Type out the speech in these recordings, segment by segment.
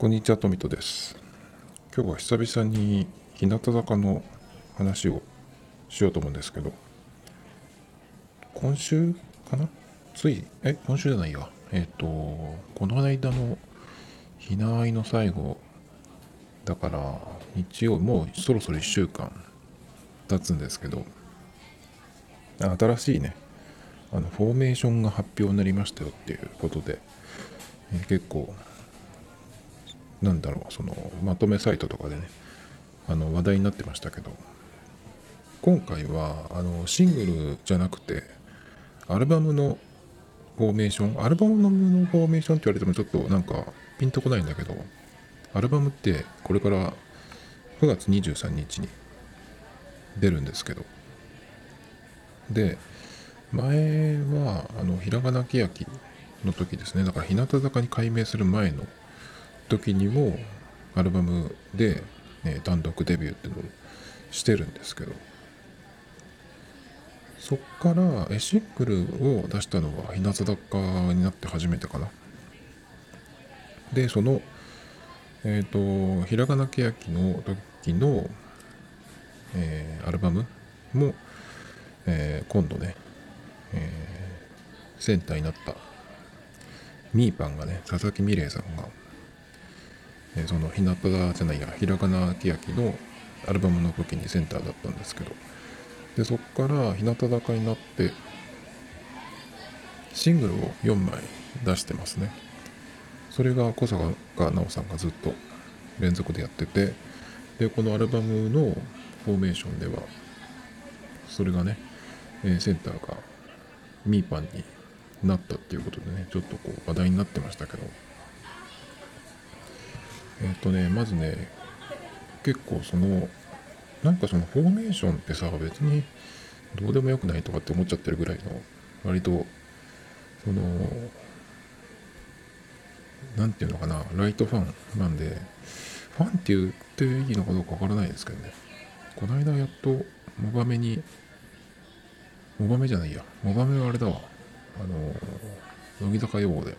こんにちは、トミトです。今日は久々に日向坂の話をしようと思うんですけど、今週かな今週じゃないや。この間のひなあいの最後だから、日曜、もうそろそろ1週間経つんですけど、新しいね、フォーメーションが発表になりましたよっていうことで、結構、そのまとめサイトとかでね、話題になってましたけど、今回はシングルじゃなくてアルバムのフォーメーション、アルバムのフォーメーションって言われてもちょっとなんかピンとこないんだけど、アルバムってこれから9月23日にちに出るんですけど、で前はひらがなけやきの時ですね、だから日向坂に改名する前の時にもアルバムで、単独デビューっていうのをしてるんですけど、そっからシングルを出したのは日向坂になって初めてかな。でそのひらがなけやきの時の、アルバムも、今度ね、センターになったミーパンがね、佐々木美玲さんが、そのひなたじゃないやひらがなけやきのアルバムの時にセンターだったんですけど、でそっから日向坂になってシングルを4枚出してますね。それが小坂奈緒さんがずっと連続でやってて、でこのアルバムのフォーメーションではそれがね、センターがミーパンになったっていうことでね、ちょっとこう話題になってましたけど、まずね、結構なんかそのフォーメーションってさ、別にどうでもよくないとかって思っちゃってるぐらいの、割とそのなんていうのかな、ライトファンなんで、ファンって言っていいのかどうかわからないですけどね、この間やっとモバメに、モバメじゃないや、モバメはあれだわ、乃木坂用語だよね。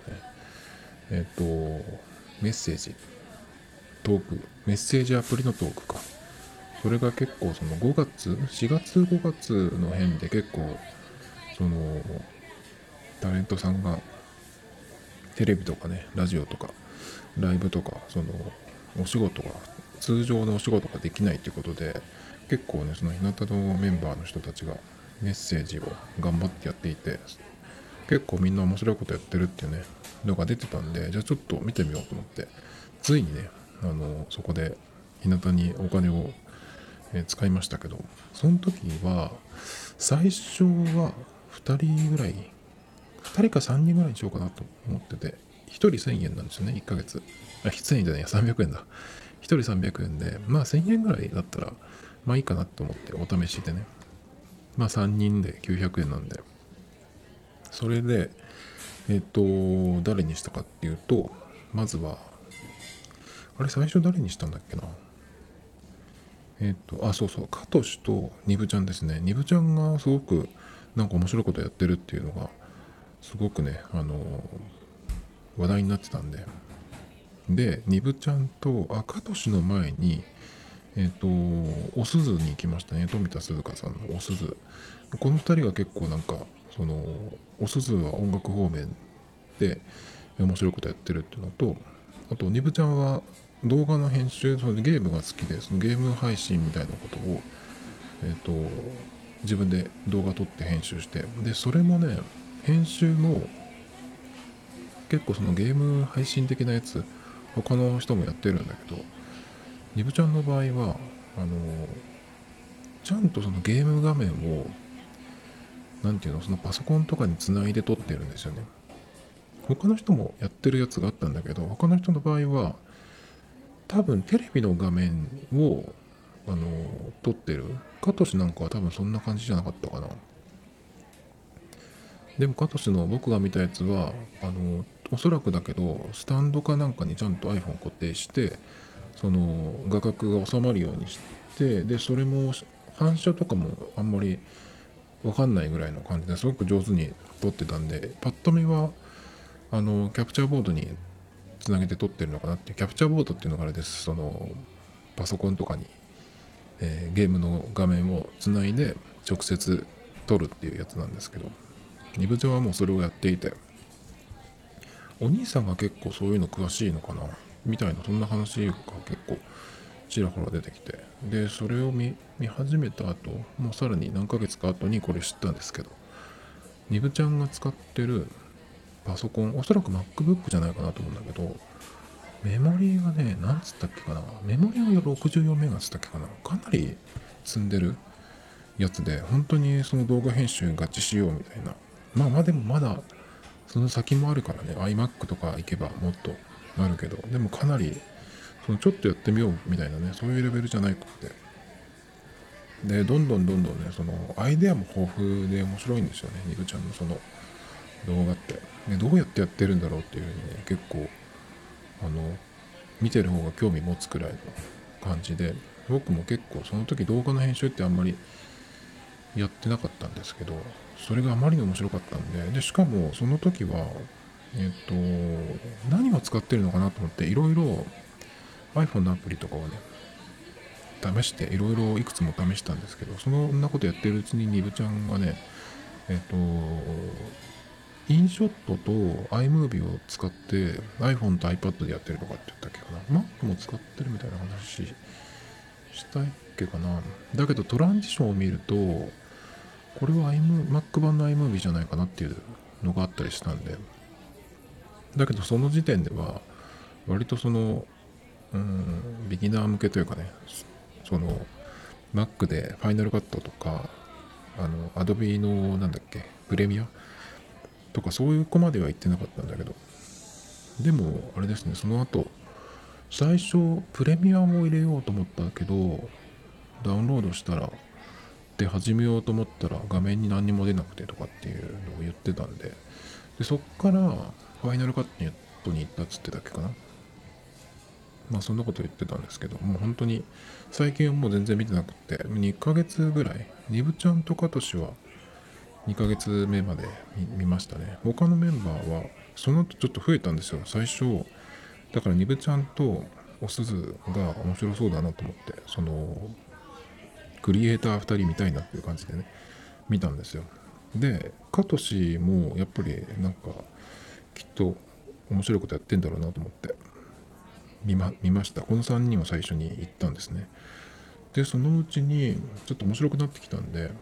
メッセージ、トーク、メッセージアプリのトークか。それが結構その5月、4月5月の辺で結構、その、タレントさんがテレビとかね、ラジオとか、ライブとか、お仕事が、通常のお仕事ができないということで、結構ね、その日向のメンバーの人たちがメッセージを頑張ってやっていて、結構みんな面白いことやってるっていうね、のが出てたんで、じゃあちょっと見てみようと思って、ついにね、そこで日向にお金を使いましたけど、その時は、最初は2人ぐらい、2人か3人ぐらいにしようかなと思ってて、1人1000円なんですよね、1ヶ月。1000円じゃないや、300円だ。1人300円で、まあ1000円ぐらいだったら、まあいいかなと思ってお試しでね。まあ3人で900円なんで。それで、誰にしたかっていうと、まずは、あれ最初誰にしたんだっけな。そうそう、カトシとニブちゃんですね。ニブちゃんがすごくなんか面白いことやってるっていうのが、すごくね、話題になってたんで。で、ニブちゃんと、カトシの前に、おすずに行きましたね。富田鈴香さんのおすず。この二人が結構なんか、おすずは音楽方面で面白いことやってるっていうのと、あと、ニブちゃんは動画の編集、そのゲームが好きで、そのゲーム配信みたいなことを、えっ、と、自分で動画撮って編集して、で、それもね、編集も結構そのゲーム配信的なやつ、他の人もやってるんだけど、ニブちゃんの場合は、あの、ちゃんとそのゲーム画面を、なんていうの、そのパソコンとかにつないで撮ってるんですよね。他の人もやってるやつがあったんだけど、他の人の場合は、多分テレビの画面を、撮ってる。カトシなんかは多分そんな感じじゃなかったかな。でもカトシの僕が見たやつは、おそらくだけど、スタンドかなんかにちゃんと iPhone 固定して、その画角が収まるようにして、で、それも反射とかもあんまりわかんないぐらいの感じですごく上手に撮ってたんで、パッと見はキャプチャーボードにつなげて撮ってるのかなっていう、キャプチャーボードっていうのがあれです。そのパソコンとかに、ゲームの画面をつないで直接撮るっていうやつなんですけど、ニブちゃんはもうそれをやっていて、お兄さんが結構そういうの詳しいのかなみたいな、そんな話が結構ちらほら出てきて、でそれを見始めた後、もうさらに何ヶ月か後にこれ知ったんですけど、ニブちゃんが使ってるパソコン、おそらく MacBook じゃないかなと思うんだけど、メモリーがね、なんつったっけかな、メモリーが64メガつったっけかな、かなり積んでるやつで、本当にその動画編集合致しようみたいな。でもまだその先もあるからね、iMac とか行けばもっとあるけど、でもかなりそのちょっとやってみようみたいなね、そういうレベルじゃないくって、でどんどんね、そのアイデアも豊富で面白いんですよね、ニブちゃんのその動画って。でどうやってやってるんだろうっていうふうにね、結構見てる方が興味持つくらいの感じで、僕も結構その時動画の編集ってあんまりやってなかったんですけど、それがあまりに面白かったんで、しかもその時は何を使ってるのかなと思っていろいろ iPhone のアプリとかをね試して、いろいろいくつも試したんですけど、そんなことやってるうちにニブちゃんがね、インショットと iMovie を使って iPhone と iPad でやってるとかって言ったっけかな、 Mac も使ってるみたいな話したっけかな。だけどトランジションを見ると、これは Mac 版の iMovie じゃないかなっていうのがあったりしたんで、だけどその時点では割とそのビギナー向けというかね、その Mac で Final Cut とかAdobe のなんだっけプレミアとかそういう子までは行ってなかったんだけど、でもあれですね、その後最初プレミアも入れようと思ったけど、ダウンロードしたらで始めようと思ったら画面に何にも出なくてとかっていうのを言ってたんで、そっからファイナルカットに行ったっつってたっけかな。そんなこと言ってたんですけど、もう本当に最近はもう全然見てなくて、2ヶ月ぐらい、ニブちゃんとカトシは2ヶ月目まで見ましたね。他のメンバーはその後ちょっと増えたんですよ。最初だからニブちゃんとおすずが面白そうだなと思って、そのクリエイター2人見たいなっていう感じでね見たんですよ。でカトシもやっぱりなんかきっと面白いことやってんだろうなと思って見ました。この3人を最初に行ったんですね。でそのうちにちょっと面白くなってきたんで、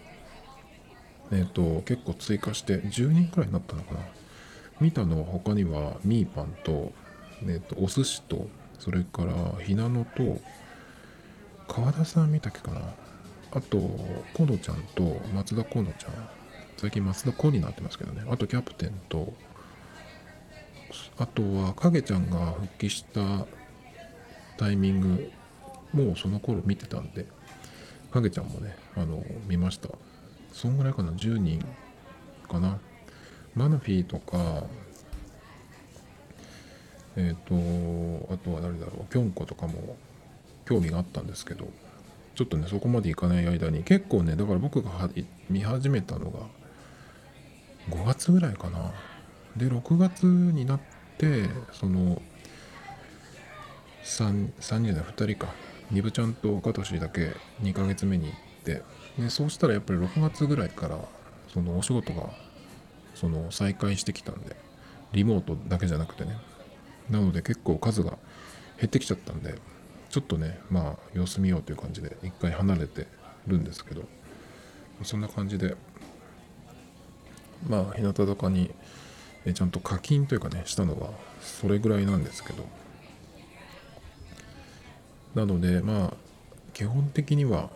結構追加して10人くらいになったのかな。見たのは他にはミーパンと、お寿司と、それからひなのと川田さん見たっけかな。あとコノちゃんと松田コノちゃん、最近松田コになってますけどね。あとキャプテンと、あとは影ちゃんが復帰したタイミングもうその頃見てたんで、影ちゃんもね見ました。そんぐらいかな、10人かな。マナフィーとかあとは誰だろう、キョンコとかも興味があったんですけど、ちょっとねそこまでいかない間に結構ね、だから僕が見始めたのが5月ぐらいかな。で6月になってその3人じゃない2人か、ニブちゃんとカトシだけ2ヶ月目に行って、でそうしたらやっぱり6月ぐらいからそのお仕事がその再開してきたんで、リモートだけじゃなくてね、なので結構数が減ってきちゃったんで、ちょっとね様子見ようという感じで一回離れてるんですけど、そんな感じで日向坂にちゃんと課金というかねしたのはそれぐらいなんですけど、なので基本的には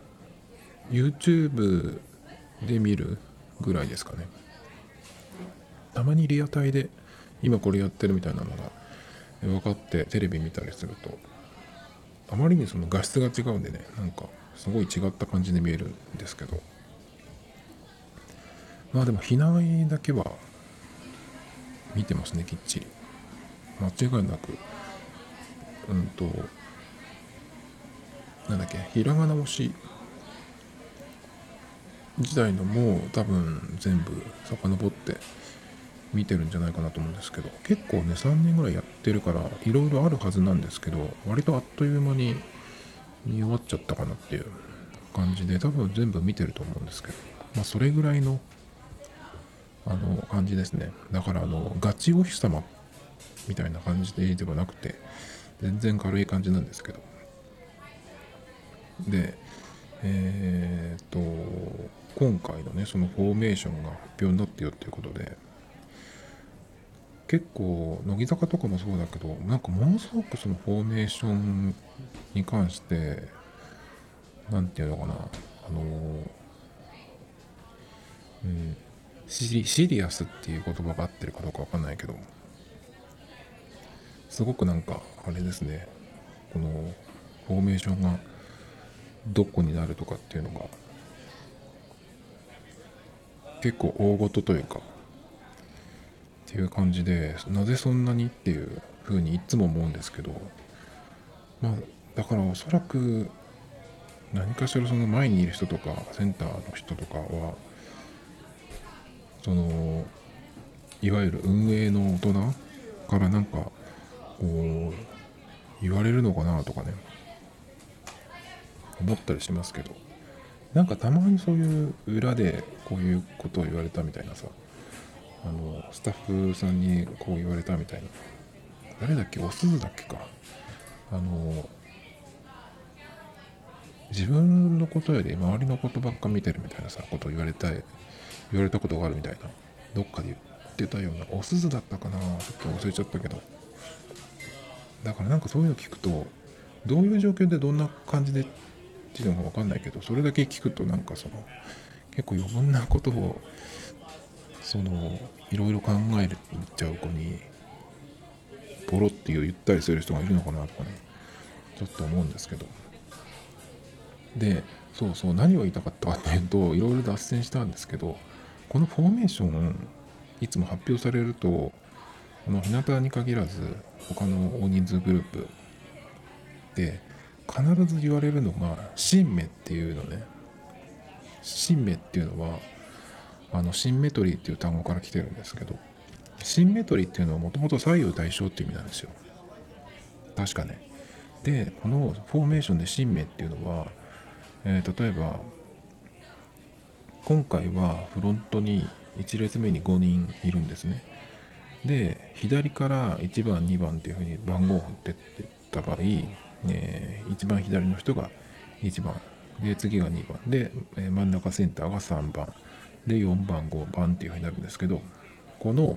YouTube で見るぐらいですかね。たまにリアタイで今これやってるみたいなのが分かってテレビ見たりすると、あまりにその画質が違うんでね、なんかすごい違った感じで見えるんですけど、でもひなあいだけは見てますね、きっちり。間違いなくなんだっけ、ひらがな推し時代のも多分全部遡って見てるんじゃないかなと思うんですけど、結構ね3年ぐらいやってるからいろいろあるはずなんですけど、割とあっという間に見終わっちゃったかなっていう感じで、多分全部見てると思うんですけど、まあそれぐらいの感じですね。だからガチお日様みたいな感じではなくて、全然軽い感じなんですけど、で今回のねそのフォーメーションが発表になってよっていうことで、結構乃木坂とかもそうだけど、なんかものすごくそのフォーメーションに関してなんていうのかな、シリアスっていう言葉が合ってるかどうかわかんないけど、すごくなんかあれですね、このフォーメーションがどこになるとかっていうのが結構大事というかっていう感じで、なぜそんなにっていう風にいつも思うんですけど、まあだからおそらく何かしらその前にいる人とかセンターの人とかはそのいわゆる運営の大人からなんかこう言われるのかなとかね思ったりしますけど、なんかたまにそういう裏でこういうことを言われたみたいなさ、スタッフさんにこう言われたみたいな、誰だっけ、おすずだっけか、あの自分のことより周りのことばっか見てるみたいなさことを言われたことがあるみたいな、どっかで言ってたような、おすずだったかな、ちょっと忘れちゃったけど、だからなんかそういうの聞くと、どういう状況でどんな感じでっていうのが分かんないけど、それだけ聞くとなんかその結構余分なことをそのいろいろ考えるちゃう子にポロって言ったりする人がいるのかなとかね、ちょっと思うんですけど、でそうそう、何を言いたかったかっていうと、いろいろ脱線したんですけど、このフォーメーションいつも発表されると、日向に限らず他の大人数グループで必ず言われるのがシンメっていうのね。シンメっていうのはシンメトリーっていう単語から来てるんですけど、シンメトリーっていうのはもともと左右対称っていう意味なんですよ、確かね。でこのフォーメーションでシンメっていうのは、例えば今回はフロントに1列目に5人いるんですね。で左から1番2番っていうふうに番号を振ってってった場合、一番左の人が1番で、次が2番で、真ん中センターが3番で、4番5番っていうふうになるんですけど、この、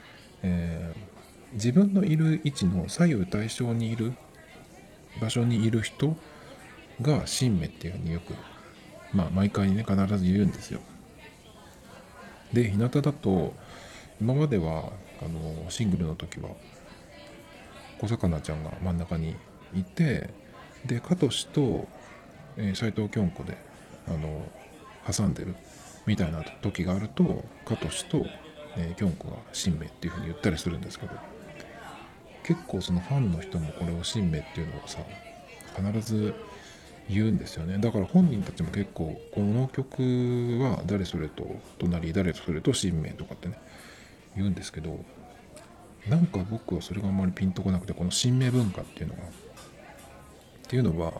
自分のいる位置の左右対称にいる場所にいる人が神目っていうふうによく、毎回ね必ず言うんですよ。で日向だと今まではシングルの時は小魚ちゃんが真ん中にいて、でカトシと斎藤京子で挟んでるみたいな時があると、カトシと京子が神明っていう風に言ったりするんですけど、結構そのファンの人もこれを神明っていうのをさ必ず言うんですよね。だから本人たちも結構この曲は誰それと隣、誰それと神明とかってね言うんですけど、なんか僕はそれがあんまりピンとこなくて、この神明文化っていうのは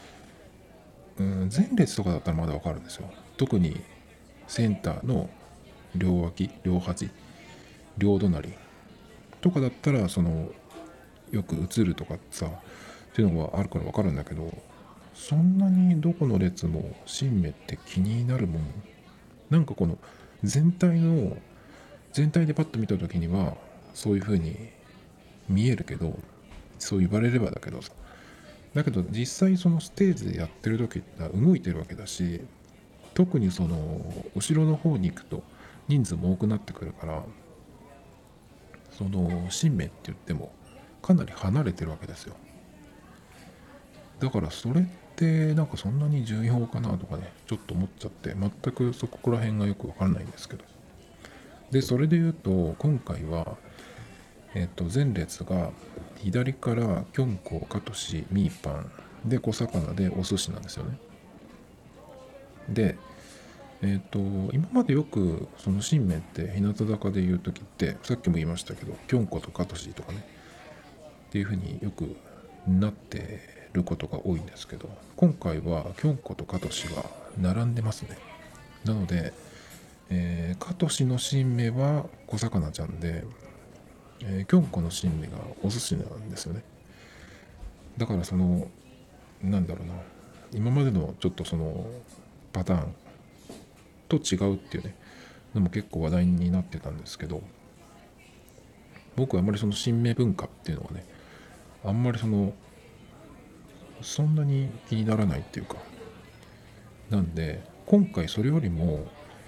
前列とかだったらまだわかるんですよ。特にセンターの両脇、両端、両隣とかだったらよく映るとかさっていうのがあるからわかるんだけど、そんなにどこの列も神明って気になるもんなんかこの全体でパッと見た時にはそういう風に見えるけど、そう言われればだけどさ、だけど実際そのステージでやってる時って動いてるわけだし、特にその後ろの方に行くと人数も多くなってくるから、その神明って言ってもかなり離れてるわけですよ。だからそれってなんかそんなに重要かなとかねちょっと思っちゃって、全くそこら辺がよくわからないんですけど、でそれで言うと今回は前列が左からキョンコ、カトシ、ミーパンで小魚でお寿司なんですよね。で今までよくその新名って日向坂で言う時って、さっきも言いましたけどきょんことかとしとかねっていう風によくなってることが多いんですけど、今回はきょんことかとしが並んでますね。なので、かとしの新名は小魚ちゃんで、きょんこの新名がお寿司なんですよね。だからそのなんだろうな、今までのちょっとそのパターンと違うっていうねのも結構話題になってたんですけど、僕はあんまりその新名文化っていうのはね、あんまりそんなに気にならないっていうか、なんで今回それよりも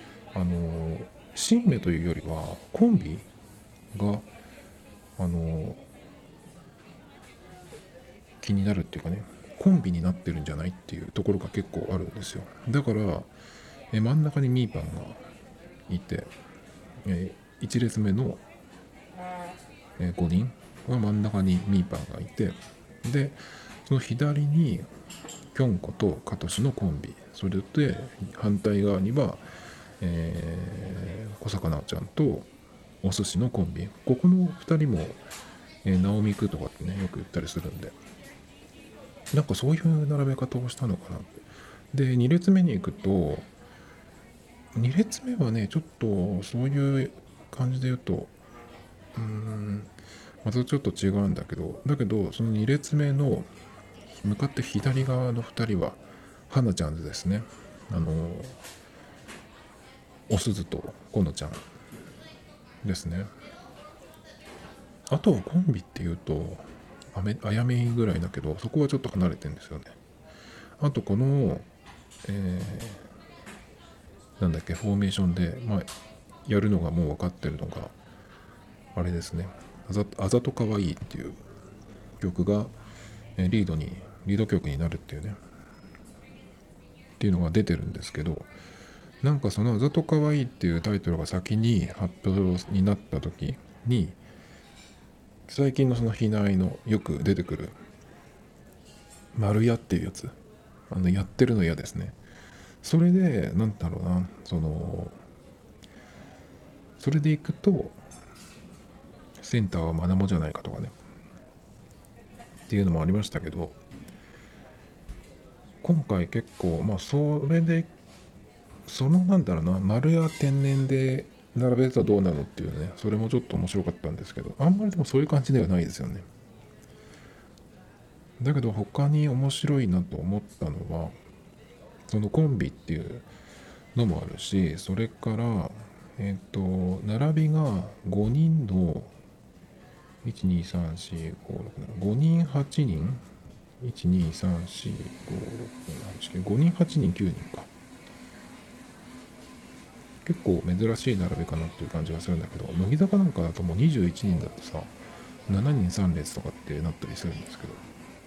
新名というよりはコンビがあの気になるっていうかね、コンビになってるんじゃないっていうところが結構あるんですよ。だから真ん中にミーパンがいて、1列目の5人は真ん中にミーパンがいて、でその左にキョンコとカトシのコンビ、それで反対側には、小魚ちゃんとお寿司のコンビ、ここの2人も、ナオミクとかってねよく言ったりするんで、なんかそういう並べ方をしたのかな。で2列目に行くと、2列目はねちょっとそういう感じで言うとまたちょっと違うんだけど、その2列目の向かって左側の2人は花ちゃんズですね。おすずとこのちゃんですね。あとはコンビっていうとあやめぐらいだけど、そこはちょっと離れてるんですよね。あとこの、なんだっけ、フォーメーションで、やるのがもう分かってるのがあれですね、あざとかわいいっていう曲がリード曲になるっていうねっていうのが出てるんですけど、なんかそのあざとかわいいっていうタイトルが先に発表になった時に、最近のその避難のよく出てくる丸屋っていうやつ、やってるの嫌ですね。それでなんだろうな、それでいくとセンターはマナモじゃないかとかねっていうのもありましたけど、今回結構それでなんだろうな、丸や天然で並べてたらどうなのっていうね、それもちょっと面白かったんですけど、あんまりでもそういう感じではないですよね。だけど他に面白いなと思ったのは、そのコンビっていうのもあるし、それから並びが5人の1234567、5人8人、1234567、5人8人9人か、結構珍しい並びかなっていう感じがするんだけど、乃木坂なんかだともう21人だとさ、7人3列とかってなったりするんですけど、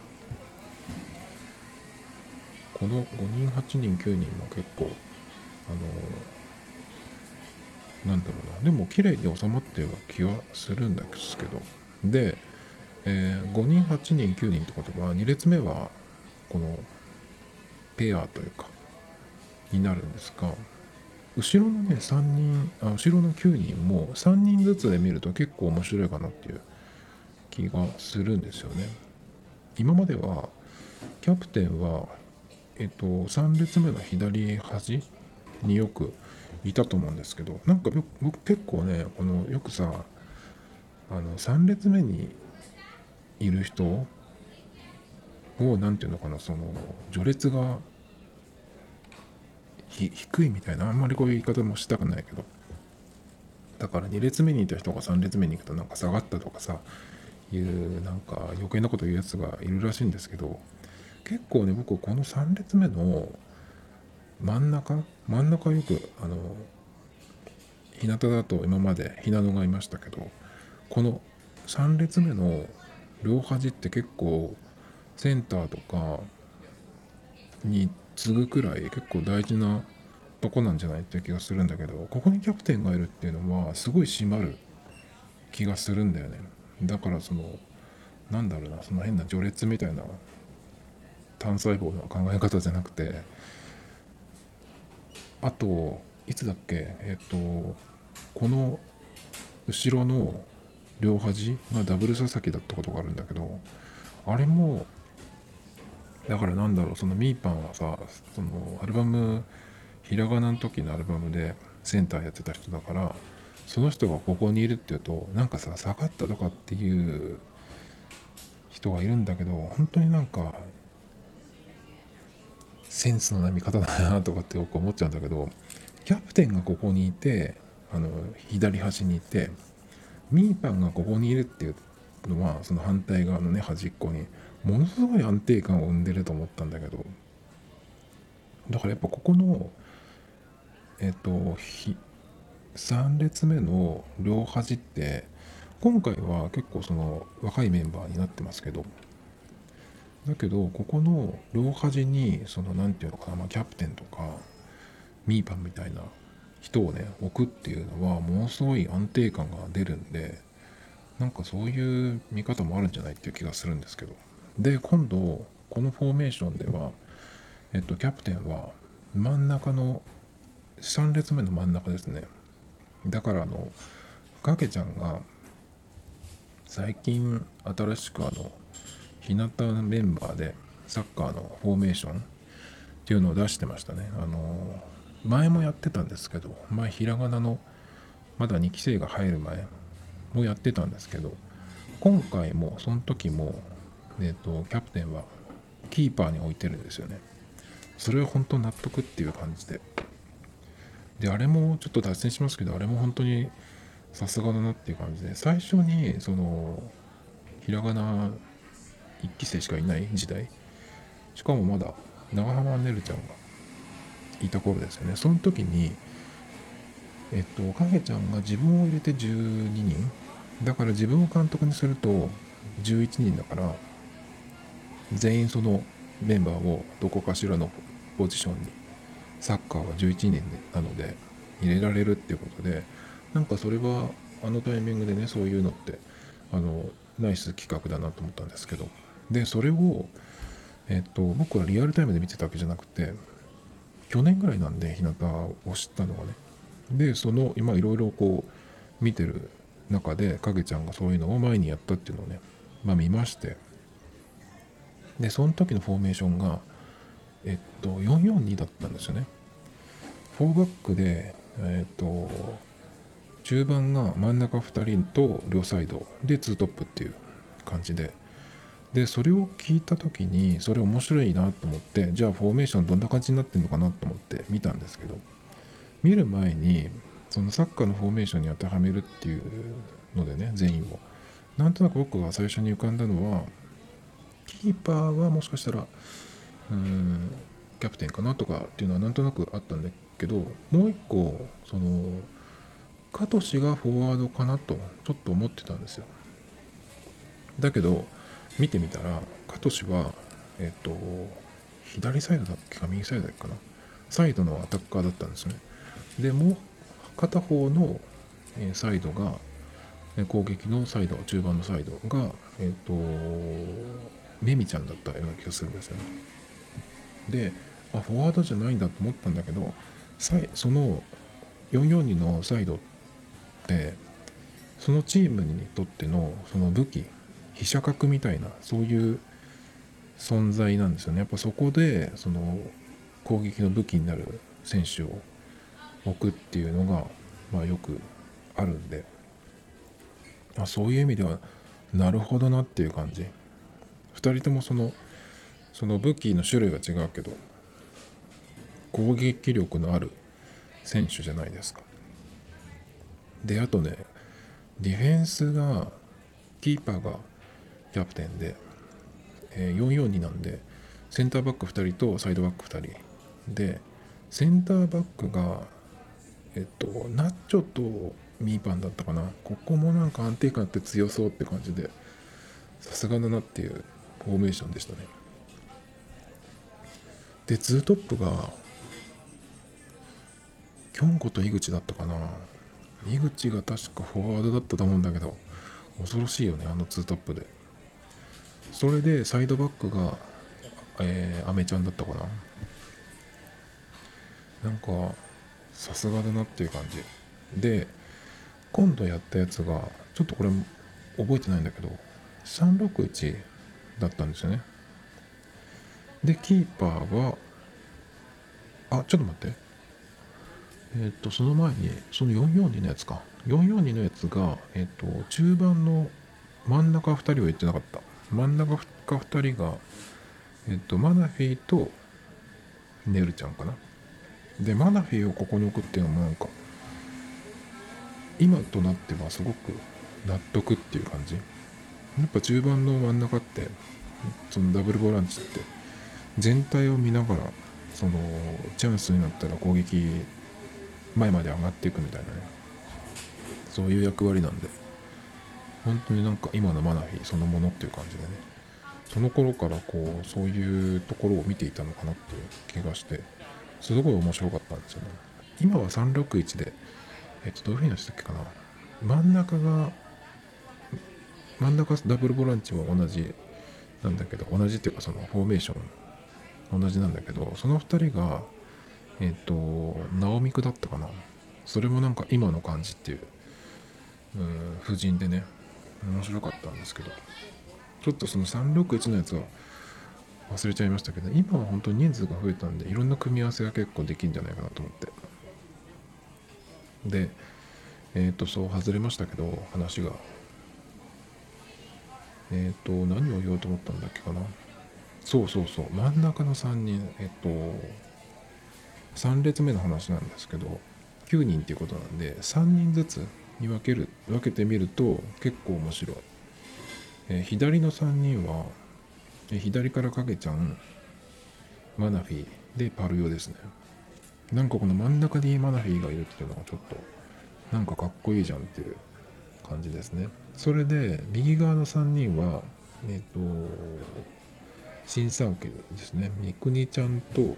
この5人8人9人も結構なんだろうな、でも綺麗に収まってる気はするんですけど、で、5人8人9人ってことは2列目はこのペアというかになるんですが、後ろのね後ろの9人も3人ずつで見ると結構面白いかなっていう気がするんですよね。今まではキャプテンは3列目の左端によくいたと思うんですけど、なんか僕結構ね、よくさ3列目にいる人をなんていうのかな、序列が低いみたいな、あんまりこういう言い方もしたくないけど、だから2列目にいた人が3列目に行くとなんか下がったとかさ、いうなんか余計なこと言うやつがいるらしいんですけど、結構ね僕この3列目の真ん中よく日向だと今までひなのがいましたけど、この3列目の両端って結構センターとかに次ぐくらい結構大事なとこなんじゃないって気がするんだけど、ここにキャプテンがいるっていうのはすごい締まる気がするんだよね。だからなんだろうな、その変な序列みたいな単細胞の考え方じゃなくて、 あといつだっけ、この後ろの両端がダブル佐々木だったことがあるんだけど、あれもだからなんだろう、そのミーパンはさ、そのアルバム、ひらがなの時のアルバムでセンターやってた人だから、その人がここにいるっていうとなんかさ、下がったとかっていう人がいるんだけど、本当になんかセンスのない見方だなとかってよく思っちゃうんだけど、キャプテンがここにいて、左端にいて、ミーパンがここにいるっていうのは、その反対側のね、端っこにものすごい安定感を生んでると思ったんだけど、だからやっぱここの3列目の両端って、今回は結構その若いメンバーになってますけど、だけどここの両端にそのなんていうのかな、キャプテンとかミーパンみたいな人をね置くっていうのはものすごい安定感が出るんで、なんかそういう見方もあるんじゃないっていう気がするんですけど、で今度このフォーメーションではキャプテンは真ん中の3列目の真ん中ですね。だからかけちゃんが最近新しく日向メンバーでサッカーのフォーメーションっていうのを出してましたね。前もやってたんですけど、前ひらがなのまだ2期生が入る前もやってたんですけど、今回もその時もキャプテンはキーパーに置いてるんですよね。それは本当納得っていう感じで、あれもちょっと脱線しますけど、あれも本当にさすがだなっていう感じで、最初にそのひらがな1期生しかいない時代、しかもまだ長濱ねるちゃんがいた頃ですよね。その時に影ちゃんが自分を入れて12人だから、自分を監督にすると11人だから、全員そのメンバーをどこかしらのポジションに、サッカーは11人なので入れられるっていうことで、なんかそれはあのタイミングでね、そういうのってあのナイス企画だなと思ったんですけど、でそれを僕はリアルタイムで見てたわけじゃなくて、去年ぐらいなんで日向を知ったのがね。でその今いろいろこう見てる中で、影ちゃんがそういうのを前にやったっていうのをね、見まして、でその時のフォーメーションが442だったんですよね。4バックで中盤が真ん中2人と両サイドで2トップっていう感じで、それを聞いた時にそれ面白いなと思って、じゃあフォーメーションどんな感じになってるのかなと思って見たんですけど、見る前にそのサッカーのフォーメーションに当てはめるっていうのでね、全員をなんとなく僕が最初に浮かんだのは、キーパーはもしかしたらキャプテンかなとかっていうのはなんとなくあったんだけど、もう一個そのカトシがフォワードかなとちょっと思ってたんですよ。だけど見てみたら、カトシは左サイドだっけか右サイドだっけかな、サイドのアタッカーだったんですね。でもう片方のサイドが攻撃のサイド、中盤のサイドがメミちゃんだったような気がするんですよね。でフォワードじゃないんだと思ったんだけど、その442のサイドってそのチームにとってのその武器、飛車角みたいなそういう存在なんですよね。やっぱそこでその攻撃の武器になる選手を置くっていうのがよくあるんで、そういう意味ではなるほどなっていう感じ。2人ともその武器の種類は違うけど攻撃力のある選手じゃないですか。であとね、ディフェンスがキーパーがキャプテンで、442なんでセンターバック2人とサイドバック2人で、センターバックがナッチョとミーパンだったかな。ここもなんか安定感あって強そうって感じで、さすがだなっていうフォーメーションでしたね。でツートップがキョンコと井口だったかな。井口が確かフォワードだったと思うんだけど、恐ろしいよね、あのツートップで。それでサイドバックがアメちゃんだったかな。なんかさすがだなっていう感じで、今度やったやつがちょっとこれ覚えてないんだけど361だったんですよね。でキーパーはちょっと待って、その前にその442のやつか、442のやつが中盤の真ん中2人は言ってなかった。真ん中2人がマナフィーとネルちゃんかな。でマナフィーをここに置くっていうのもなんか今となってはすごく納得っていう感じ。やっぱ中盤の真ん中ってそのダブルボランチって全体を見ながらそのチャンスになったら攻撃前まで上がっていくみたいなね、そういう役割なんで、本当になんか今のマナフィーそのものっていう感じでね、その頃からこうそういうところを見ていたのかなっていう気がしてすごい面白かったんですよね。今は361でどういうふうにしたっけかな。真ん中ダブルボランチは同じなんだけど、同じっていうかそのフォーメーション同じなんだけど、その2人がナオミクだったかな。それもなんか今の感じっていう夫人でね、面白かったんですけど、ちょっとその361のやつは忘れちゃいましたけど、今は本当に人数が増えたんでいろんな組み合わせが結構できるんじゃないかなと思って、でそう外れましたけど話が何を言おうと思ったんだっけかな。そう真ん中の3人3列目の話なんですけど、9人っていうことなんで3人ずつに分けてみると結構面白い。左の3人は左から影ちゃん、マナフィーでパルヨですね。なんかこの真ん中にマナフィーがいるっていうのがちょっとなんかかっこいいじゃんっていう感じですね。それで右側の3人は新三家ですね。三国ちゃんと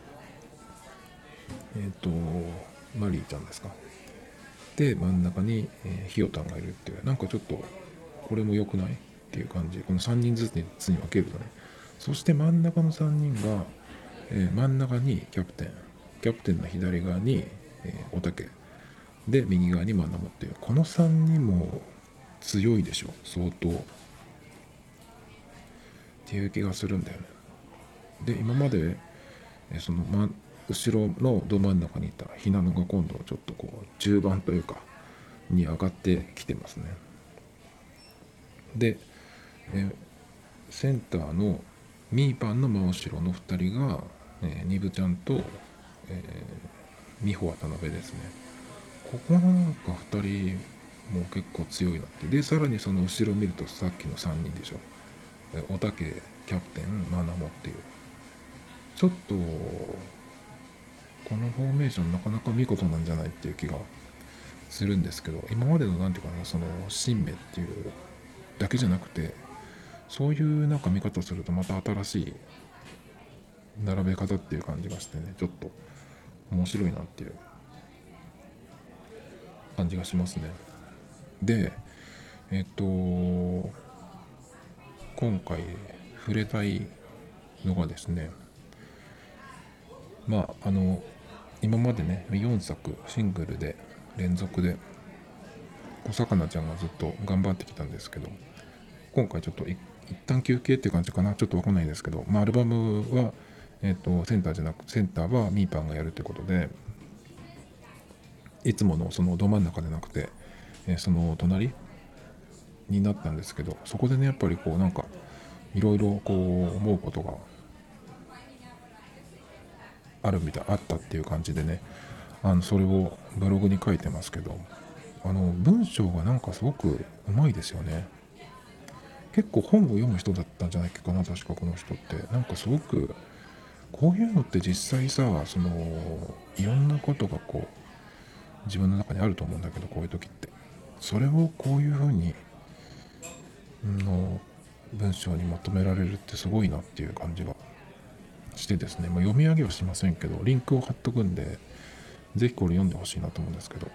マリーちゃんですか。で真ん中に、ひよたんがいるっていう、なんかちょっとこれも良くないっていう感じ。この3人ずつに分けるとね。そして真ん中の3人が、真ん中にキャプテンの左側に、おたけで右側にマナモっていう、この3人も強いでしょ相当っていう気がするんだよね。で今までその、後ろのど真ん中にいたひなのが今度はちょっとこう中盤というかに上がってきてますね。で、センターのミーパンの真後ろの2人が、ニブちゃんと、ミホ渡辺ですね。ここのなんか2人も結構強いなって。でさらにその後ろを見るとさっきの3人でしょ。おたけ、キャプテン、マナモっていう、ちょっとこのフォーメーションなかなか見事なんじゃないっていう気がするんですけど、今までのなんていうかな、その新芽っていうだけじゃなくて、そういうなんか見方するとまた新しい並べ方っていう感じがしてね、ちょっと面白いなっていう感じがしますね。で今回触れたいのがですね、今までね4作シングルで連続で小魚ちゃんがずっと頑張ってきたんですけど、今回ちょっと一旦休憩っていう感じかな、ちょっとわかんないですけど、アルバムは、センターはミーパンがやるということで、いつものそのど真ん中でなくて、その隣になったんですけど、そこでねやっぱりこうなんかいろいろこう思うことがあったっていう感じでね、それをブログに書いてますけど、文章がなんかすごくうまいですよね。結構本を読む人だったんじゃないかな、確かこの人って。なんかすごくこういうのって実際さ、そのいろんなことがこう自分の中にあると思うんだけど、こういう時ってそれをこういう風にの文章にまとめられるってすごいなっていう感じがしてですね、読み上げはしませんけどリンクを貼っとくんで、ぜひこれ読んでほしいなと思うんですけど、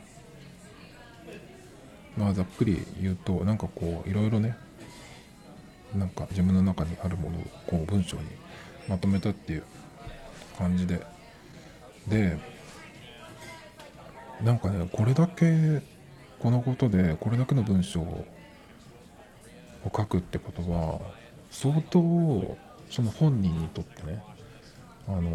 ざっくり言うとなんかこういろいろね、なんか自分の中にあるものをこう文章にまとめたっていう感じで、 なんかね、これだけこのことでこれだけの文章を書くってことは相当その本人にとってね、あの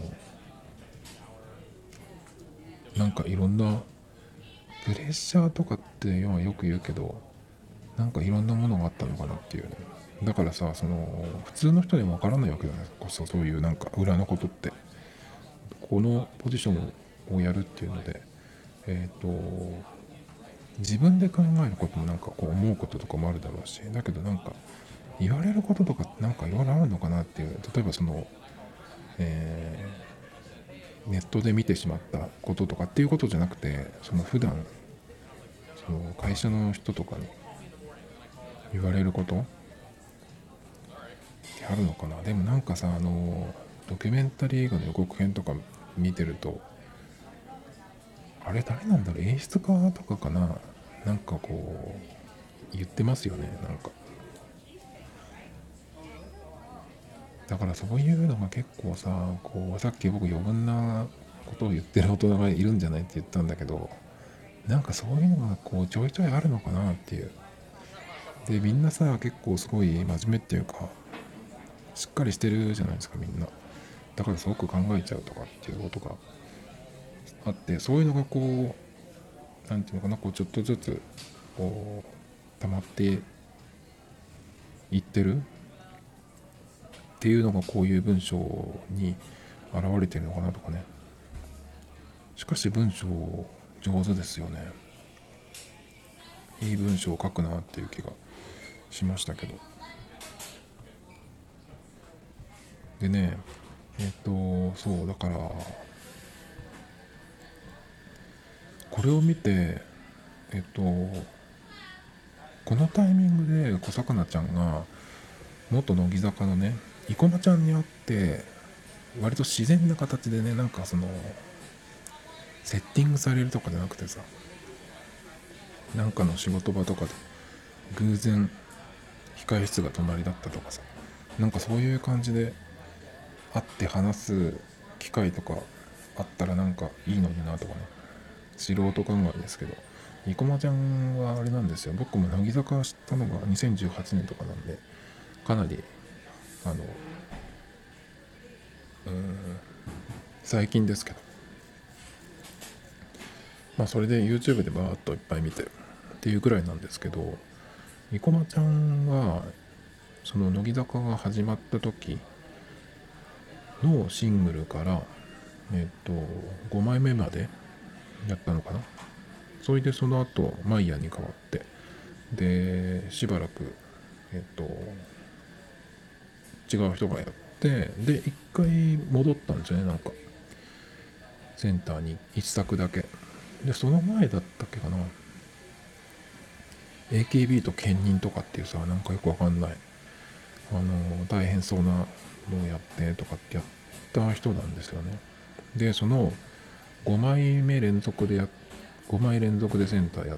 なんかいろんなプレッシャーとかっていうのはよく言うけど、なんかいろんなものがあったのかなっていうね。だからさ、その普通の人にもわからないわけじゃないですか、そういうなんか裏のことって。このポジションをやるっていうので、えっ、と自分で考えることもなんかこう思うこととかもあるだろうし、だけどなんか言われることとかなんかいろいろあるのかなっていう。例えばその、えネットで見てしまったこととかっていうことじゃなくて、その普段その会社の人とかに言われることってあるのかな。でもなんかさ、ドキュメンタリー映画の予告編とか見てると、あれ誰なんだろう、演出家とかかな、なんかこう言ってますよね。なんかだからそういうのが結構さ、こうさっき僕余分なことを言ってる大人がいるんじゃないって言ったんだけど、なんかそういうのがこうちょいちょいあるのかなっていう。でみんなさ、結構すごい真面目っていうかしっかりしてるじゃないですか、みんな。だからすごく考えちゃうとかっていうことがあって、そういうのがこうなんていうのかな、こうちょっとずつこう溜まっていってるっていうのがこういう文章に現れてるのかなとかね。しかし文章上手ですよね。いい文章を書くなっていう気がしましたけど。でね、そうだからこれを見て、このタイミングで小魚ちゃんが元乃木坂のね生駒ちゃんに会って、割と自然な形でね、なんかそのセッティングされるとかじゃなくてさ、なんかの仕事場とかで偶然控室が隣だったとかさ、なんかそういう感じで会って話す機会とかあったらなんかいいのになとかね、素人考えですけど、生駒ちゃんはあれなんですよ、僕も乃木坂知ったのが2018年とかなんで、かなりあの最近ですけど、まあそれで YouTube でバーッといっぱい見てるっていうぐらいなんですけど、生駒ちゃんはその乃木坂が始まった時のシングルから5枚目までやったのかな。それでその後マイヤーに変わって、でしばらく違う人がやって、で一回戻ったんですよね、なんかセンターに一作だけで。その前だったっけかな、 AKB と兼任とかっていうさ、なんかよくわかんない大変そうなのをやってとかってやった人なんですよね。でその5枚目連続で5枚連続でセンターやって、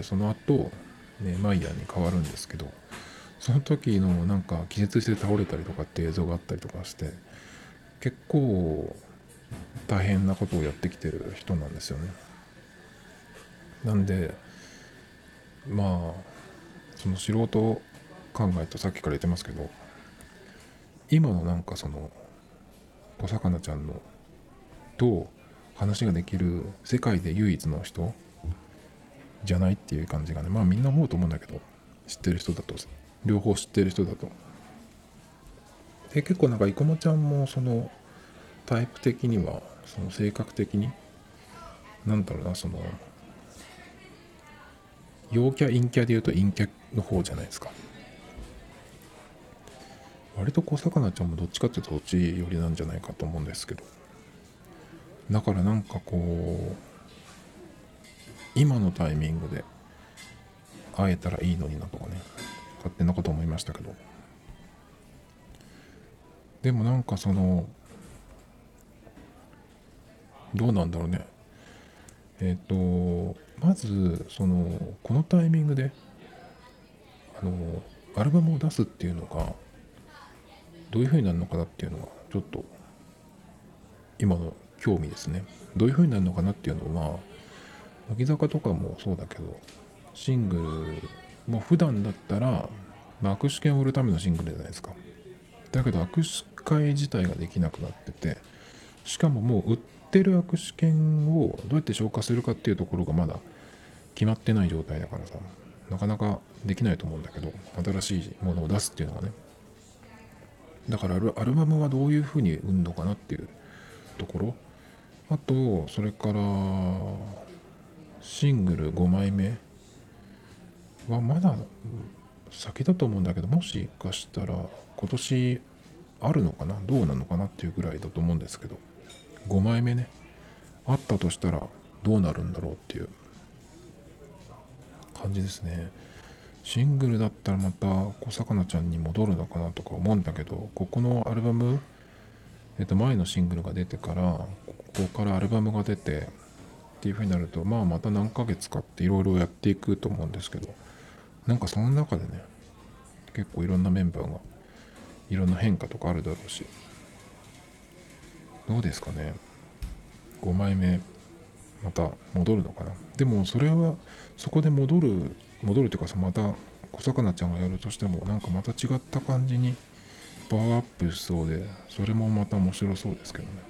その後ねマイヤーに変わるんですけど、その時のなんか気絶して倒れたりとかって映像があったりとかして、結構大変なことをやってきてる人なんですよね。なんでまあその素人考えとさっきから言ってますけど、今のなんかその小魚ちゃんのと話ができる世界で唯一の人じゃないっていう感じがね、まあみんな思うと思うんだけど、知ってる人だと、両方知ってる人だと。で結構なんか生駒ちゃんもそのタイプ的には、その性格的になんだろうな、その陽キャ陰キャで言うと陰キャの方じゃないですか。割と小魚ちゃんもどっちかっていうとそっち寄りなんじゃないかと思うんですけど、だからなんかこう今のタイミングで会えたらいいのになとかね、勝手なこと思いましたけど。でもなんかそのどうなんだろうね。まずそのこのタイミングであのアルバムを出すっていうのがどういう風になるのかなっていうのがちょっと今の興味ですね。どういう風になるのかなっていうのは、 乃木坂とかもそうだけど、シングルも普段だったら、握手券を売るためのシングルじゃないですか。だけど握手会自体ができなくなってて、しかももう売ってる握手券をどうやって消化するかっていうところがまだ決まってない状態だからさ、なかなかできないと思うんだけど、新しいものを出すっていうのがね。だからアルバムはどういう風に売るのかなっていうところ。あとそれからシングル5枚目はまだ先だと思うんだけど、もしかしたら今年あるのかな、どうなのかなっていうぐらいだと思うんですけど、5枚目ね、あったとしたらどうなるんだろうっていう感じですね。シングルだったらまた小魚ちゃんに戻るのかなとか思うんだけど、ここのアルバム、前のシングルが出てから、ここからアルバムが出てっていう風になると、また何ヶ月かっていろいろやっていくと思うんですけど、なんかその中でね、結構いろんなメンバーがいろんな変化とかあるだろうし、どうですかね。5枚目また戻るのかな。でもそれはそこで戻るというかさ、また小魚ちゃんがやるとしてもなんかまた違った感じにパワーアップしそうで、それもまた面白そうですけどね。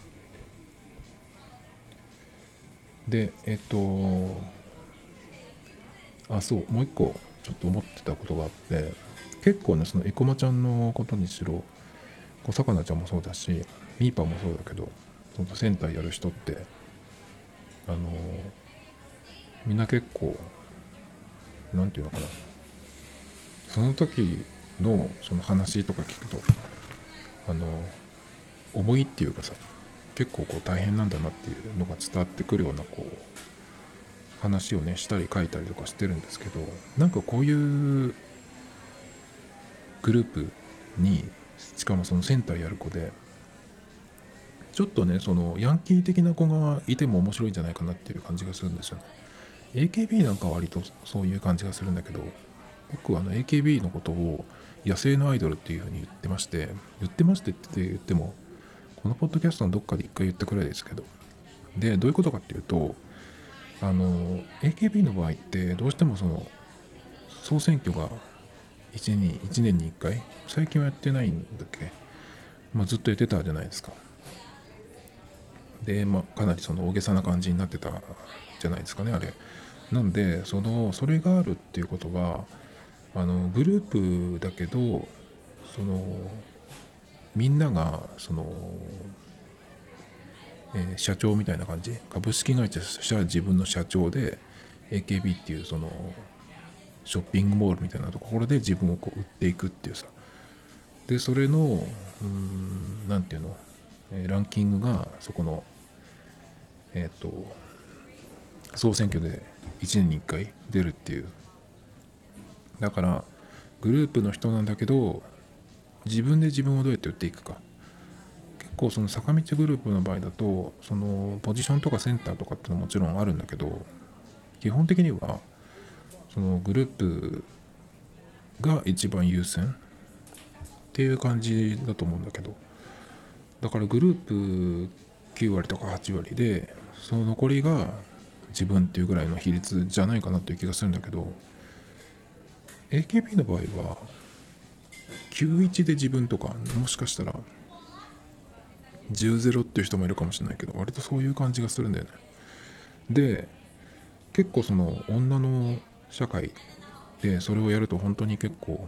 でそう、もう一個ちょっと思ってたことがあって、結構ね、その生駒ちゃんのことにしろ、小魚ちゃんもそうだし、ミーパーもそうだけど、そのセンターやる人ってあのみんな結構なんていうのかな、その時のその話とか聞くと、あの重いっていうかさ、結構こう大変なんだなっていうのが伝わってくるようなこう話をねしたり書いたりとかしてるんですけど、なんかこういうグループに、しかもそのセンターやる子でちょっとね、そのヤンキー的な子がいても面白いんじゃないかなっていう感じがするんですよね。 AKB なんかは割とそういう感じがするんだけど、僕はAKB のことを野生のアイドルっていう風に言って言っても、このポッドキャストのどっかで一回言ったくらいですけど、でどういうことかっていうと、AKB の場合ってどうしてもその総選挙が1年に1回、最近はやってないんだっけ、ずっとやってたじゃないですか。で、かなりその大げさな感じになってたじゃないですかね、あれ。なんでそれがあるっていうことは、グループだけど、そのみんなが社長みたいな感じ、株式会社は自分の社長で AKB っていうそのショッピングモールみたいなところで自分をこう売っていくっていうさ、でそれのなんていうの、ランキングがそこの総選挙で1年に1回出るっていう、だからグループの人なんだけど、自分で自分をどうやって売っていくか。結構その坂道グループの場合だと、そのポジションとかセンターとかってのはもちろんあるんだけど、基本的にはそのグループが一番優先っていう感じだと思うんだけど、だからグループ9割とか8割で、その残りが自分っていうぐらいの比率じゃないかなっていう気がするんだけど、 AKB の場合は91で自分とか、もしかしたら10-0っていう人もいるかもしれないけど、割とそういう感じがするんだよね。で結構その女の社会でそれをやると本当に結構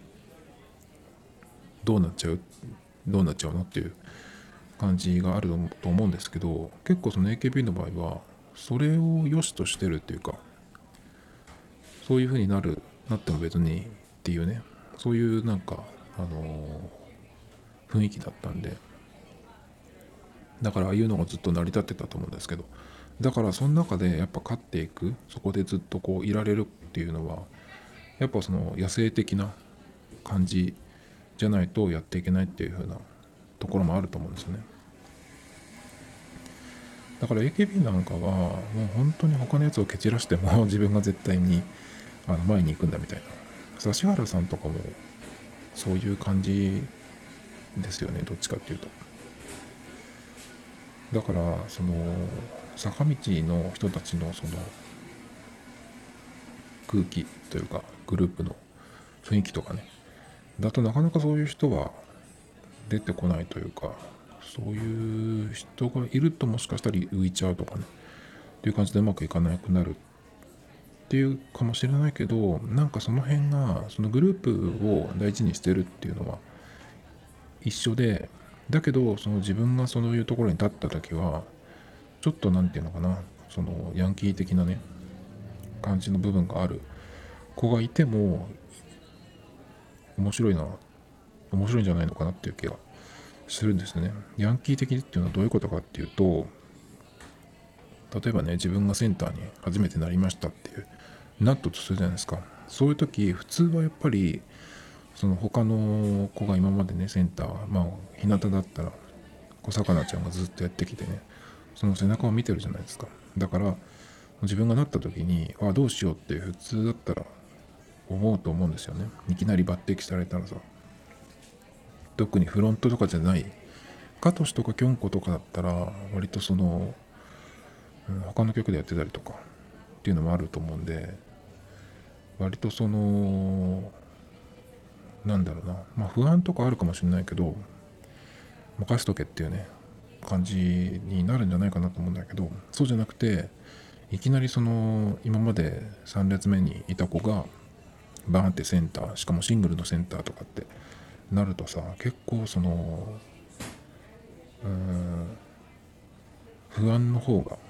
どうなっちゃうどうなっちゃうのっていう感じがあると思うんですけど、結構その AKB の場合はそれを良しとしてるっていうか、そういう風になっても別にっていうね、そういうなんか雰囲気だったんで、だからああいうのがずっと成り立ってたと思うんですけど、だからその中でやっぱ勝っていく、そこでずっとこういられるっていうのは、やっぱその野生的な感じじゃないとやっていけないっていう風なところもあると思うんですよね。だから AKB なんかはもう本当に他のやつを蹴散らしても自分が絶対に前に行くんだみたいな。指原さんとかもそういう感じですよね、どっちかっていうと。だから坂道の人たちのその空気というかグループの雰囲気とかねだとなかなかそういう人は出てこないというか、そういう人がいるともしかしたら浮いちゃうとかねっていう感じでうまくいかなくなるっていうかもしれないけど、なんかその辺がそのグループを大事にしてるっていうのは一緒で、だけどその自分がそういうところに立った時はちょっとなんていうのかな、そのヤンキー的なね感じの部分がある子がいても面白いんじゃないのかなっていう気がするんですね。ヤンキー的っていうのはどういうことかっていうと、例えばね、自分がセンターに初めてなりましたっていうなったとするじゃないですか。そういう時普通はやっぱりその他の子が今までねセンター、日向だったら小魚ちゃんがずっとやってきてね、その背中を見てるじゃないですか。だから自分がなった時にどうしようって普通だったら思うと思うんですよね。いきなり抜擢されたらさ、特にフロントとかじゃないカトシとかキョンコとかだったら割とその、他の曲でやってたりとかっていうのもあると思うんで、割とそのなんだろうな、不安とかあるかもしれないけど任せとけっていうね感じになるんじゃないかなと思うんだけど、そうじゃなくていきなりその今まで3列目にいた子がバーンってセンター、しかもシングルのセンターとかってなるとさ、結構その不安の方が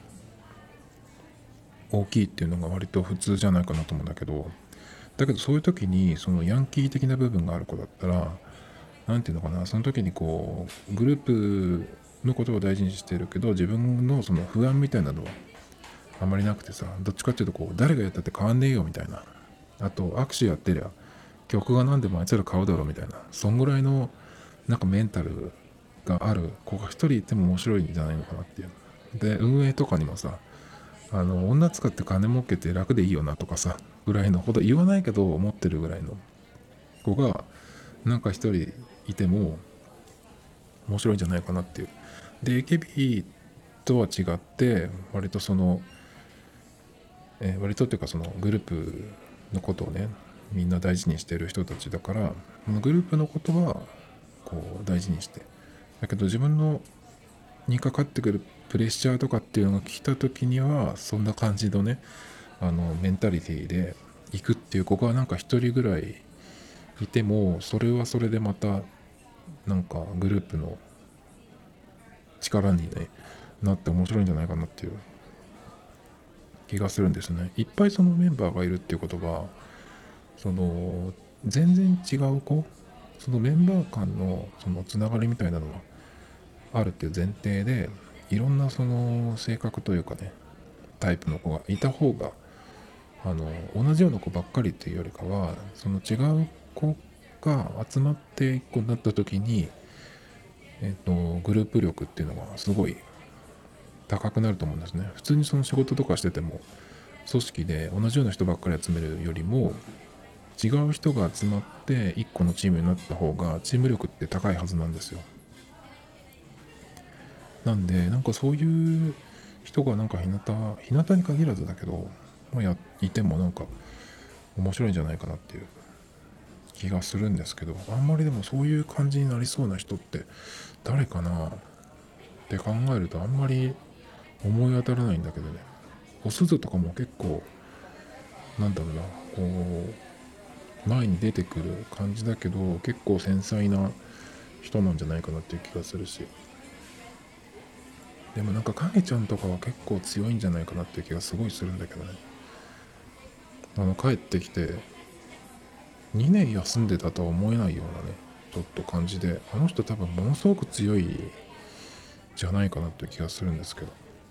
大きいっていうのが割と普通じゃないかなと思うんだけど、だけどそういう時にそのヤンキー的な部分がある子だったらなんていうのかな、その時にこうグループのことを大事にしてるけど自分のその不安みたいなのはあんまりなくてさ、どっちかっていうとこう誰がやったって変わんねえよみたいな、あと握手やってりゃ曲が何でもあいつら買うだろうみたいな、そんぐらいのなんかメンタルがある子が一人いても面白いんじゃないのかなっていう。で運営とかにもさ、女使って金儲けて楽でいいよなとかさぐらいのほど言わないけど思ってるぐらいの子がなんか一人いても面白いんじゃないかなっていう。で AKB とは違って割とその、割とっていうかそのグループのことをねみんな大事にしてる人たちだから、グループのことはこう大事にして、だけど自分のにかかってくるプレッシャーとかっていうのが来た時にはそんな感じのねメンタリティで行くっていう子がなんか一人ぐらいいても、それはそれでまたなんかグループの力に、ね、なって面白いんじゃないかなっていう気がするんですね。いっぱいそのメンバーがいるっていうことはその全然違う子、そのメンバー間のそのつながりみたいなのはあるっていう前提で、いろんなその性格というかねタイプの子がいた方が同じような子ばっかりっていうよりかは、その違う子が集まって一個になった時に、グループ力っていうのがすごい高くなると思うんですね。普通にその仕事とかしてても組織で同じような人ばっかり集めるよりも違う人が集まって一個のチームになった方がチーム力って高いはずなんですよ。なんでなんかそういう人がなんか日向に限らずだけど、いてもなんか面白いんじゃないかなっていう気がするんですけど、あんまりでもそういう感じになりそうな人って誰かなって考えるとあんまり思い当たらないんだけどね。お鈴とかも結構なんだろうな、こう前に出てくる感じだけど結構繊細な人なんじゃないかなっていう気がするし、でもなんか影ちゃんとかは結構強いんじゃないかなっていう気がすごいするんだけどね。帰ってきて2年休んでたとは思えないようなねちょっと感じで、あの人多分ものすごく強いじゃないかなっていう気がするんですけど、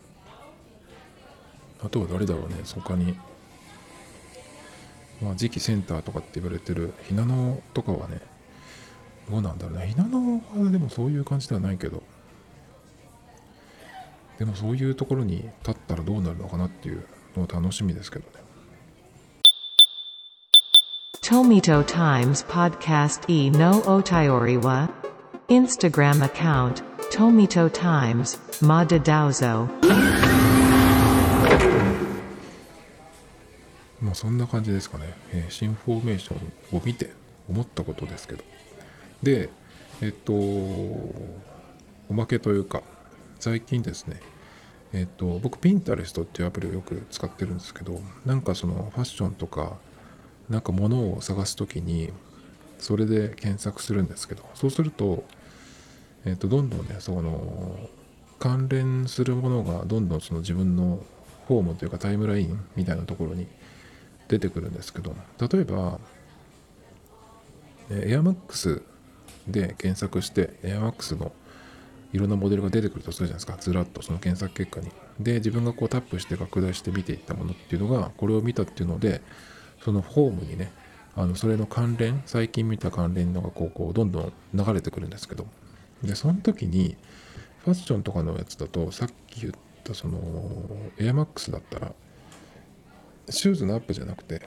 あとは誰だろうね、他に次期センターとかって言われてるひなのとかはね、どうなんだろうね。ひなのはでもそういう感じではないけど、でもそういうところに立ったらどうなるのかなっていうのを楽しみですけどね。 Tomito Times Podcast e no Otayori wa Instagram account Tomito Times Mada Dowzo まあそんな感じですかね。新フォーメーションを見て思ったことですけど。で、おまけというか、最近ですね、僕、ピンタレストっていうアプリをよく使ってるんですけど、なんかそのファッションとか、なんか物を探すときに、それで検索するんですけど、そうすると、どんどんね、その、関連するものがどんどんその自分のフォームというかタイムラインみたいなところに出てくるんですけど、例えば、エアマックスで検索して、エアマックスのいろんなモデルが出てくるとするじゃないですか。ずらっとその検索結果に。で、自分がこうタップして拡大して見ていったものっていうのが、これを見たっていうので、そのフォームにね、それの関連、最近見た関連のがこうどんどん流れてくるんですけど、で、その時に、ファッションとかのやつだと、さっき言ったその、エアマックスだったら、シューズのアップじゃなくて、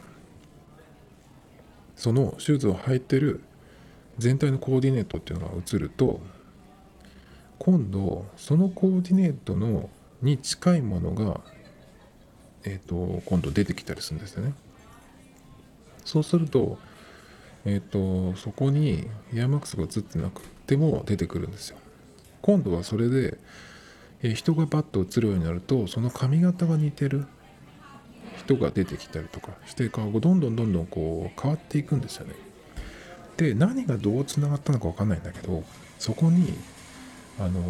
そのシューズを履いてる全体のコーディネートっていうのが映ると、今度そのコーディネートのに近いものが、今度出てきたりするんですよね。そうすると、そこにエアマックスが映ってなくても出てくるんですよ。今度はそれで、人がパッと映るようになると、その髪型が似てる人が出てきたりとかして、どんどんこう変わっていくんですよね。で、何がどうつながったのか分かんないんだけど、そこにあの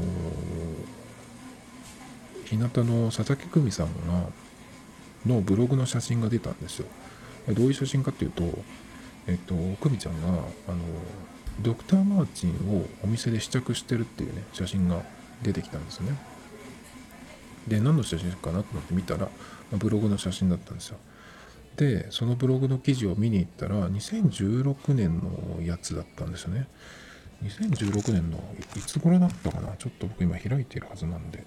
日向の佐々木久美さんのブログの写真が出たんですよ。どういう写真かっていうと、久美ちゃんがドクターマーチンをお店で試着してるっていうね写真が出てきたんですよね。で、何の写真かなと思って見たら、ブログの写真だったんですよ。で、そのブログの記事を見に行ったら、2016年のやつだったんですよね。2016年のいつ頃だったかな、ちょっと僕今開いているはずなんで、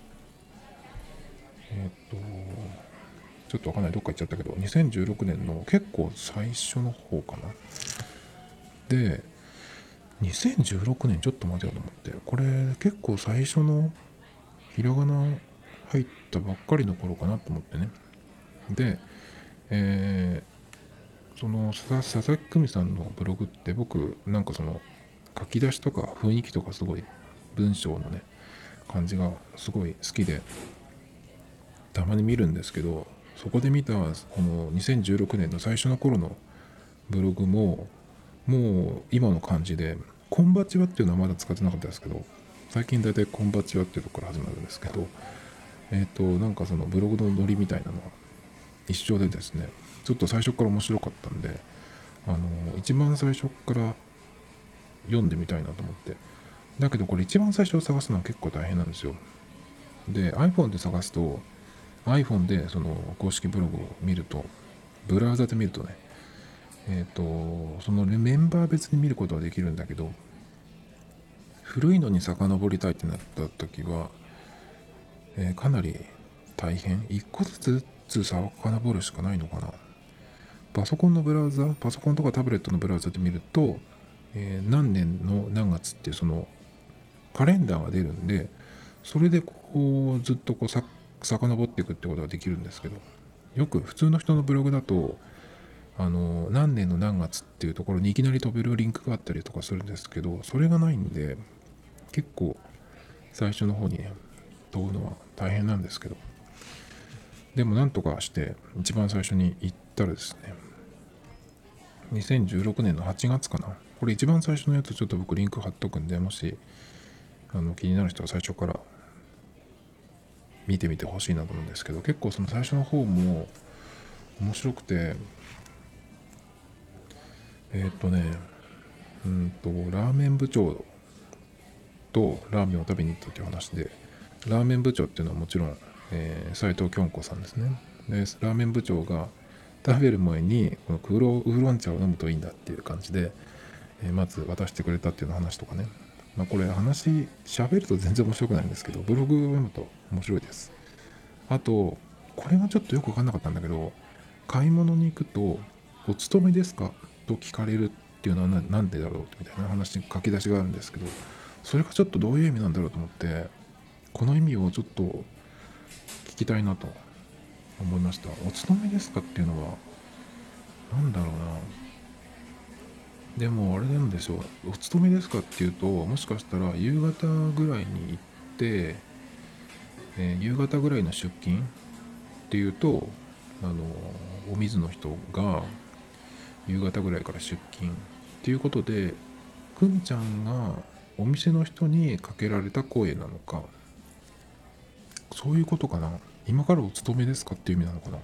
ちょっとわかんない、どっか行っちゃったけど、2016年の結構最初の方かな。で、2016年ちょっと待てよと思って、これ結構最初のひらがな入ったばっかりの頃かなと思ってね。で、その佐々木久美さんのブログって僕なんかその書き出しとか雰囲気とかすごい文章のね感じがすごい好きでたまに見るんですけど、そこで見たこの2016年の最初の頃のブログももう今の感じで、コンバチワっていうのはまだ使ってなかったですけど、最近だいたいコンバチワっていうところから始まるんですけど、なんかそのブログのノリみたいなのは一緒でですね、ちょっと最初から面白かったんで、一番最初から読んでみたいなと思って。だけどこれ一番最初を探すのは結構大変なんですよ。で、iPhone で探すと、iPhone でその公式ブログを見ると、ブラウザで見るとね、そのメンバー別に見ることはできるんだけど、古いのに遡りたいってなった時は、かなり大変。一個ずつ遡るしかないのかな。パソコンのブラウザ、パソコンとかタブレットのブラウザで見ると、何年の何月っていうそのカレンダーが出るんで、それでこうずっとこう遡っていくってことができるんですけど、よく普通の人のブログだと、何年の何月っていうところにいきなり飛べるリンクがあったりとかするんですけど、それがないんで、結構最初の方にね、飛ぶのは大変なんですけど、でもなんとかして一番最初に行ったらですね、2016年の8月かな。これ一番最初のやつちょっと僕リンク貼っとくんで、もし気になる人は最初から見てみてほしいなと思うんですけど、結構その最初の方も面白くて、ラーメン部長とラーメンを食べに行ったという話で、ラーメン部長っていうのはもちろん、斉藤京子さんですね。で、ラーメン部長が食べる前にこの黒ウーロン茶を飲むといいんだっていう感じで、まず渡してくれたっていうの話とかね。これ喋ると全然面白くないんですけど、ブログを読むと面白いです。あと、これがちょっとよく分かんなかったんだけど、買い物に行くと、お勤めですかと聞かれるっていうのはなんでだろうみたいな話に書き出しがあるんですけど、それがちょっとどういう意味なんだろうと思って、この意味をちょっと聞きたいなと思いました。お勤めですかっていうのはなんだろうな。でもあれなんでしょう、お勤めですかっていうと、もしかしたら夕方ぐらいに行って、夕方ぐらいの出勤っていうと、お水の人が夕方ぐらいから出勤っていうことで、くんちゃんがお店の人にかけられた声なのか、そういうことかな。今からお勤めですかっていう意味なのかな。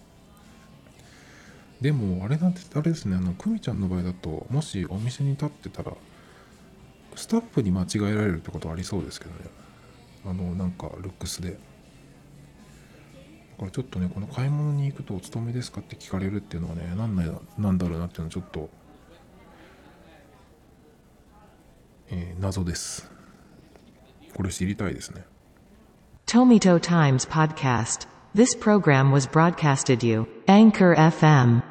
でもあれなんて、あれですね、くみちゃんの場合だと、もしお店に立ってたらスタッフに間違えられるってことありそうですけどね。なんかルックスで。だからちょっとね、この買い物に行くとお勤めですかって聞かれるっていうのはね、なんだろうなっていうのはちょっと、謎です。これ知りたいですね。 Tomito Times Podcast. This program was broadcasted you, Anchor FM.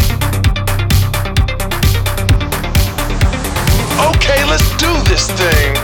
Okay, let's do this thing.